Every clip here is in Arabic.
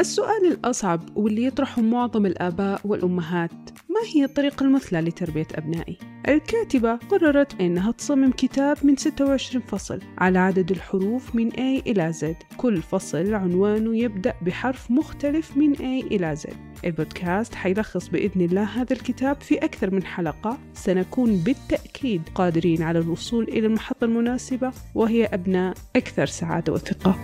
السؤال الأصعب واللي يطرحه معظم الآباء والأمهات: ما هي الطريقة المثلى لتربية أبنائي؟ الكاتبة قررت أنها تصمم كتاب من 26 فصل على عدد الحروف من A إلى Z، كل فصل عنوانه يبدأ بحرف مختلف من A إلى Z. البودكاست حيلخص بإذن الله هذا الكتاب في أكثر من حلقة، سنكون بالتأكيد قادرين على الوصول إلى المحطة المناسبة وهي أبناء أكثر سعادة وثقة.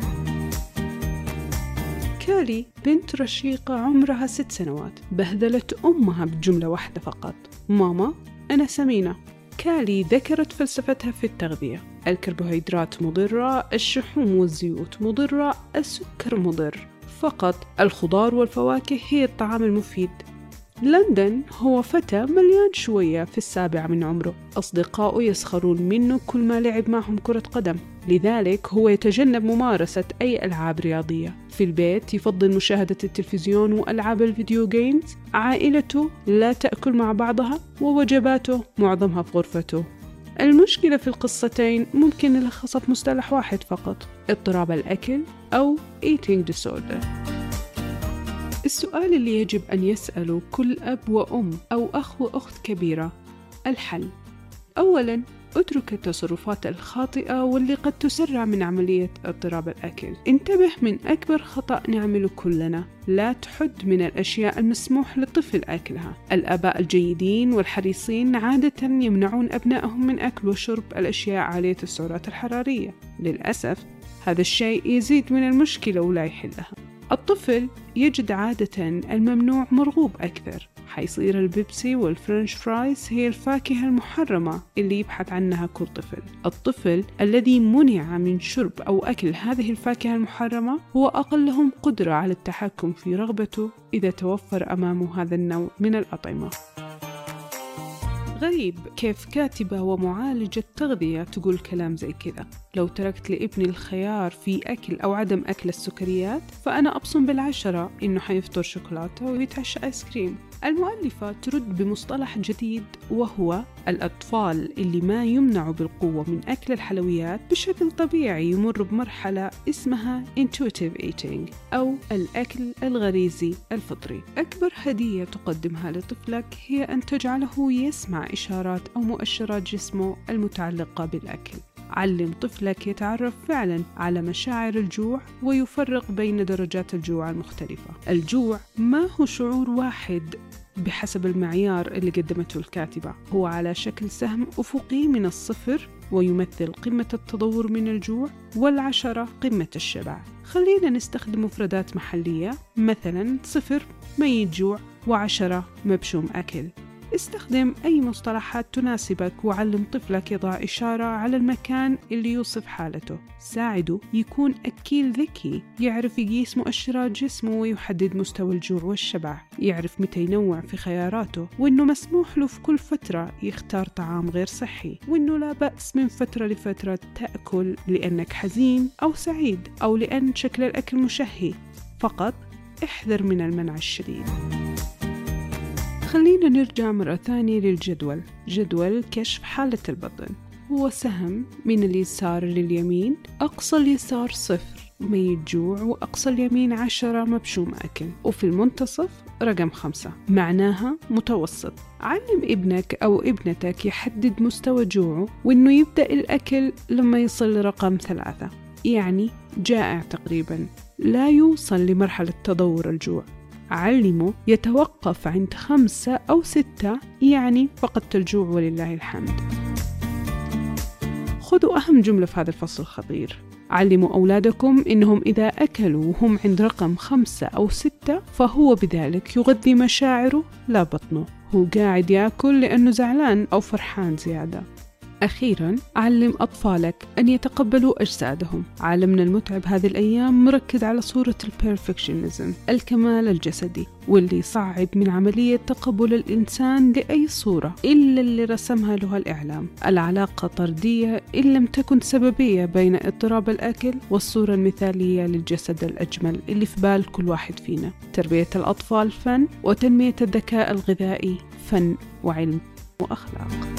كالي بنت رشيقة عمرها 6 سنوات بهذلت أمها بجملة واحدة فقط: ماما أنا سمينة. كالي ذكرت فلسفتها في التغذية: الكربوهيدرات مضرة، الشحوم والزيوت مضرة، السكر مضر، فقط الخضار والفواكه هي الطعام المفيد. لندن هو فتى مليان شوية في 7 من عمره، أصدقاؤه يسخرون منه كل ما لعب معهم كرة قدم، لذلك هو يتجنب ممارسة أي ألعاب رياضية. في البيت يفضل مشاهدة التلفزيون وألعاب الفيديو جيمز. عائلته لا تأكل مع بعضها، ووجباته معظمها في غرفته. المشكلة في القصتين ممكن نلخصها في مصطلح واحد فقط: اضطراب الأكل أو eating disorder. السؤال اللي يجب أن يسأله كل أب وأم أو أخ وأخت كبيرة: الحل. أولاً، اترك التصرفات الخاطئة واللي قد تسرع من عملية اضطراب الأكل. انتبه من أكبر خطأ نعمله كلنا: لا تحد من الأشياء المسموح للطفل أكلها. الآباء الجيدين والحريصين عادة يمنعون أبنائهم من أكل وشرب الأشياء عالية السعرات الحرارية. للأسف هذا الشيء يزيد من المشكلة ولا يحلها. الطفل يجد عادة الممنوع مرغوب أكثر، حيصير البيبسي والفرنش فرايز هي الفاكهة المحرمة اللي يبحث عنها كل طفل. الطفل الذي منع من شرب أو أكل هذه الفاكهة المحرمة هو أقلهم قدرة على التحكم في رغبته إذا توفر أمامه هذا النوع من الأطعمة. غريب كيف كاتبة ومعالجة تغذية تقول كلام زي كذا: لو تركت لابني الخيار في أكل أو عدم أكل السكريات فأنا أبصم بالعشرة إنه حيفطر شوكولاتة ويتعشى آيس كريم. المؤلفة ترد بمصطلح جديد، وهو الأطفال اللي ما يمنعوا بالقوة من أكل الحلويات بشكل طبيعي يمر بمرحلة اسمها intuitive eating أو الأكل الغريزي الفطري. أكبر هدية تقدمها لطفلك هي أن تجعله يسمع إشارات أو مؤشرات جسمه المتعلقة بالأكل. علم طفلك يتعرف فعلا على مشاعر الجوع ويفرق بين درجات الجوع المختلفة. الجوع ما هو شعور واحد بحسب المعيار اللي قدمته الكاتبة، هو على شكل سهم أفقي من 0 ويمثل قمة التضور من الجوع، و10 قمة الشبع. خلينا نستخدم مفردات محلية، مثلا 0 ميت جوع و10 مبشوم أكل. استخدم أي مصطلحات تناسبك وعلم طفلك يضع إشارة على المكان اللي يوصف حالته. ساعده يكون أكيل ذكي، يعرف يقيس مؤشرات جسمه ويحدد مستوى الجوع والشبع، يعرف متى ينوع في خياراته، وإنه مسموح له في كل فترة يختار طعام غير صحي، وإنه لا بأس من فترة لفترة تأكل لأنك حزين أو سعيد أو لأن شكل الأكل مشهي، فقط احذر من المنع الشديد. خلينا نرجع مرة ثانية للجدول. جدول كشف حالة البطن هو سهم من اليسار لليمين، أقصى اليسار 0 ميت جوع وأقصى اليمين 10 مبشوم أكل، وفي المنتصف رقم 5 معناها متوسط. علم ابنك أو ابنتك يحدد مستوى جوعه وإنه يبدأ الأكل لما يصل لرقم 3، يعني جائع تقريبا، لا يوصل لمرحلة تضور الجوع. علمه يتوقف عند 5 أو 6، يعني فقدت الجوع ولله الحمد. خذوا أهم جملة في هذا الفصل الخطير: علموا أولادكم إنهم إذا أكلوا وهم عند رقم 5 أو 6 فهو بذلك يغذي مشاعره لا بطنه، هو قاعد يأكل لأنه زعلان أو فرحان زيادة. أخيراً، علم أطفالك أن يتقبلوا أجسادهم. عالمنا المتعب هذه الأيام مركز على صورة البيرفكشنزم، الكمال الجسدي، واللي يصعب من عملية تقبل الإنسان لأي صورة إلا اللي رسمها له الإعلام. العلاقة طردية إن لم تكن سببية بين اضطراب الأكل والصورة المثالية للجسد الأجمل اللي في بال كل واحد فينا. تربية الأطفال فن، وتنمية الذكاء الغذائي فن وعلم وأخلاق.